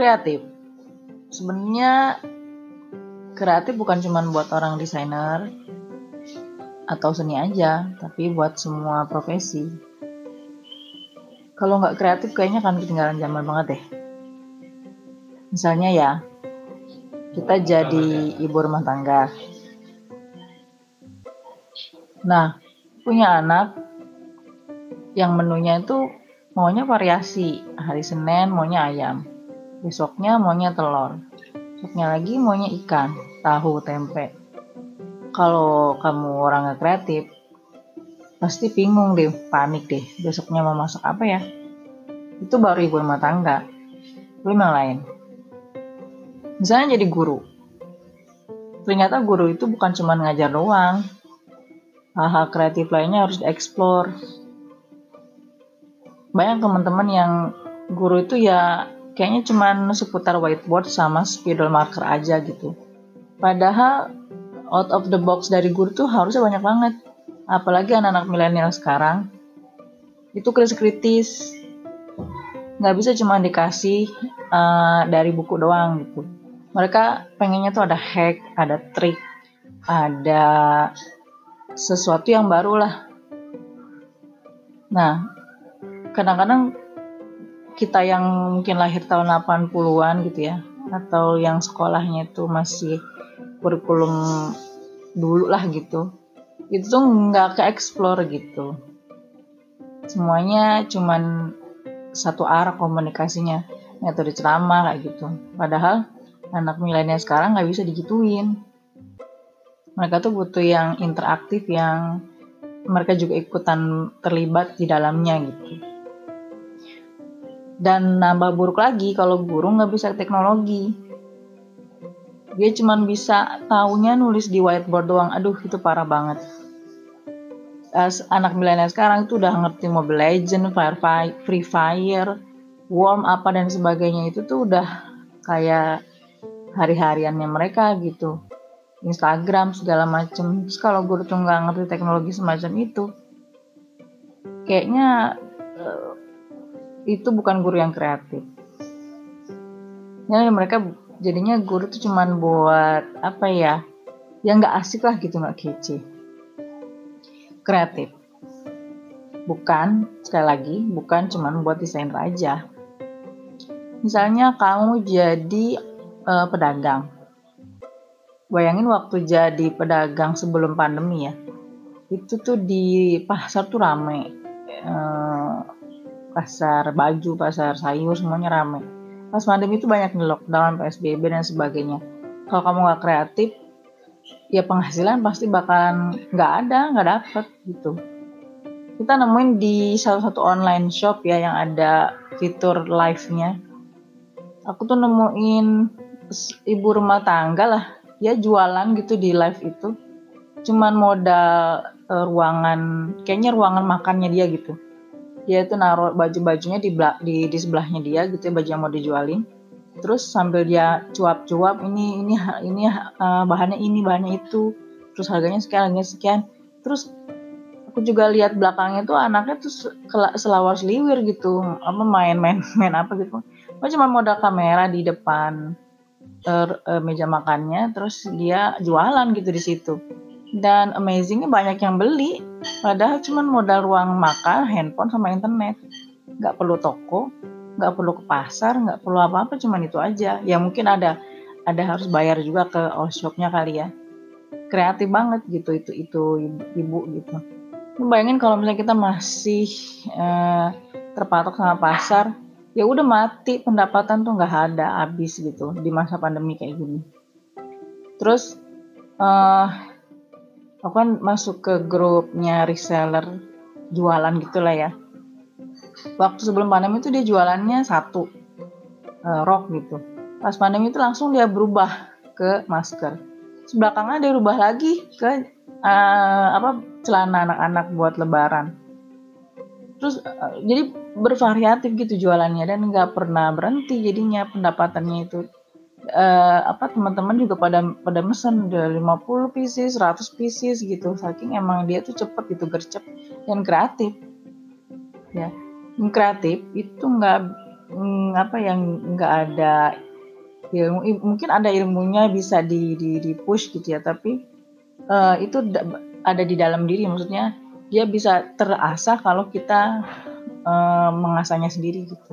Kreatif. Sebenarnya kreatif bukan cuma buat orang desainer atau seni aja, tapi buat semua profesi. Kalau nggak kreatif kayaknya akan ketinggalan zaman banget deh. Misalnya ya, kita jadi ibu rumah tangga. Nah, punya anak yang menunya itu maunya variasi. Hari Senin maunya ayam, besoknya maunya telur, besoknya lagi maunya ikan, tahu, tempe. Kalau kamu orangnya kreatif, pasti bingung deh, panik deh, besoknya mau masak apa ya? Itu baru ibu rumah tangga. Belum yang lain. Misalnya jadi guru. Ternyata guru itu bukan cuma ngajar doang. Hal-hal kreatif lainnya harus dieksplor. Banyak teman-teman yang guru itu ya kayaknya cuma seputar whiteboard sama spidol marker aja gitu. Padahal out of the box dari guru tuh harusnya banyak banget. Apalagi anak-anak milenial sekarang. Itu kritis. Nggak bisa cuma dikasih dari buku doang gitu. Mereka pengennya tuh ada hack, ada trik, ada sesuatu yang baru lah. Nah, kadang-kadang kita yang mungkin lahir tahun 80-an gitu ya, atau yang sekolahnya itu masih kurikulum dulu lah gitu, itu tuh nggak ke-explore gitu. Semuanya cuman satu arah komunikasinya, metode ceramah kayak gitu. Padahal anak milenial sekarang nggak bisa digituin. Mereka tuh butuh yang interaktif, yang mereka juga ikutan terlibat di dalamnya gitu. Dan nambah buruk lagi kalau guru nggak bisa teknologi. Dia cuma bisa taunya nulis di whiteboard doang. Aduh, itu parah banget. Anak milenial sekarang itu udah ngerti Mobile Legends, Free Fire, Worm apa dan sebagainya. Itu tuh udah kayak hari-hariannya mereka gitu. Instagram segala macem. Terus kalau guru tuh nggak ngerti teknologi semacam itu, kayaknya itu bukan guru yang kreatif. Ya mereka jadinya guru tuh cuman buat apa ya? Yang nggak asik lah gitu, nggak kece. Kreatif. Bukan, sekali lagi, bukan cuman buat desainer aja. Misalnya kamu jadi pedagang. Bayangin waktu jadi pedagang sebelum pandemi ya, itu tuh di pasar tuh rame, pasar baju, pasar sayur, semuanya rame. Pas pandemi itu banyak nih lockdown, PSBB dan sebagainya. Kalau kamu nggak kreatif, ya penghasilan pasti bakalan nggak dapet gitu. Kita nemuin di salah satu online shop ya yang ada fitur live-nya. Aku tuh nemuin ibu rumah tangga lah, dia jualan gitu di live itu. Cuman modal ruangan, kayaknya ruangan makannya dia gitu. Dia itu naruh baju-bajunya di sebelahnya dia gitu ya, baju yang mau dijualin. Terus sambil dia cuap-cuap, ini bahannya ini, bahannya itu. Terus harganya sekian. Terus aku juga lihat belakangnya tuh anaknya tuh selawar seliwir gitu, apa main apa gitu. Cuma modal kamera di depan meja makannya, terus dia jualan gitu di situ. Dan amazingnya banyak yang beli, padahal cuma modal ruang makan, handphone sama internet. Nggak perlu toko, nggak perlu ke pasar, nggak perlu apa-apa, cuma itu aja. Ya mungkin ada harus bayar juga ke all shopnya kali ya. Kreatif banget gitu itu ibu gitu. Bayangin kalau misalnya kita masih terpatok sama pasar, ya udah mati, pendapatan tuh nggak ada, habis gitu di masa pandemi kayak gini. Terus aku kan masuk ke grupnya reseller jualan gitulah ya. Waktu sebelum pandemi itu dia jualannya satu rok gitu. Pas pandemi itu langsung dia berubah ke masker. Terus belakangan dia berubah lagi ke celana anak-anak buat lebaran. Terus jadi bervariatif gitu jualannya dan nggak pernah berhenti, jadinya pendapatannya itu teman-teman juga pada mesen udah 50 pieces, 100 pieces gitu, saking emang dia tuh cepet gitu, gercep dan kreatif ya. Kreatif itu nggak apa yang nggak ada ilmu, mungkin ada ilmunya bisa di push gitu ya, tapi itu ada di dalam diri, maksudnya dia bisa terasah kalau kita mengasahnya sendiri gitu.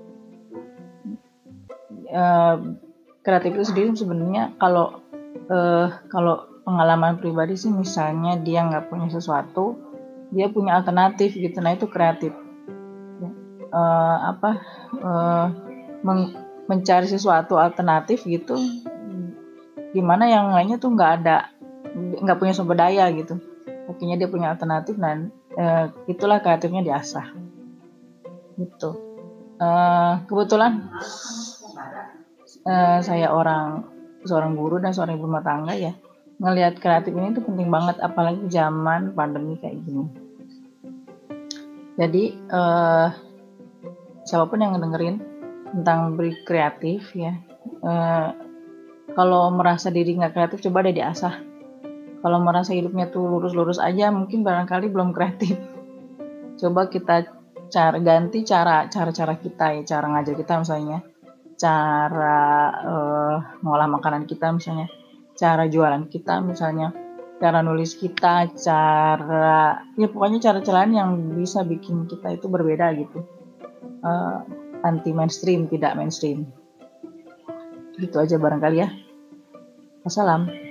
Kreatif itu sendiri sebenarnya kalau pengalaman pribadi sih, misalnya dia nggak punya sesuatu, dia punya alternatif gitu, nah itu kreatif. Mencari sesuatu alternatif gitu, dimana yang lainnya tuh nggak punya sumber daya gitu, akhirnya dia punya alternatif, dan itulah kreatifnya diasah gitu. Kebetulan saya seorang guru dan seorang ibu rumah tangga ya, ngelihat kreatif ini tuh penting banget, apalagi zaman pandemi kayak gini. Jadi siapapun yang ngedengerin tentang berkreatif ya, kalau merasa diri nggak kreatif, coba deh diasah. Kalau merasa hidupnya tuh lurus-lurus aja, mungkin barangkali belum kreatif. Coba kita ganti cara kita ya, cara ngajar kita misalnya, cara ngolah makanan kita misalnya, cara jualan kita misalnya, cara nulis kita, ya pokoknya cara lain yang bisa bikin kita itu berbeda gitu, anti mainstream, tidak mainstream. Gitu aja barangkali ya. Wassalam.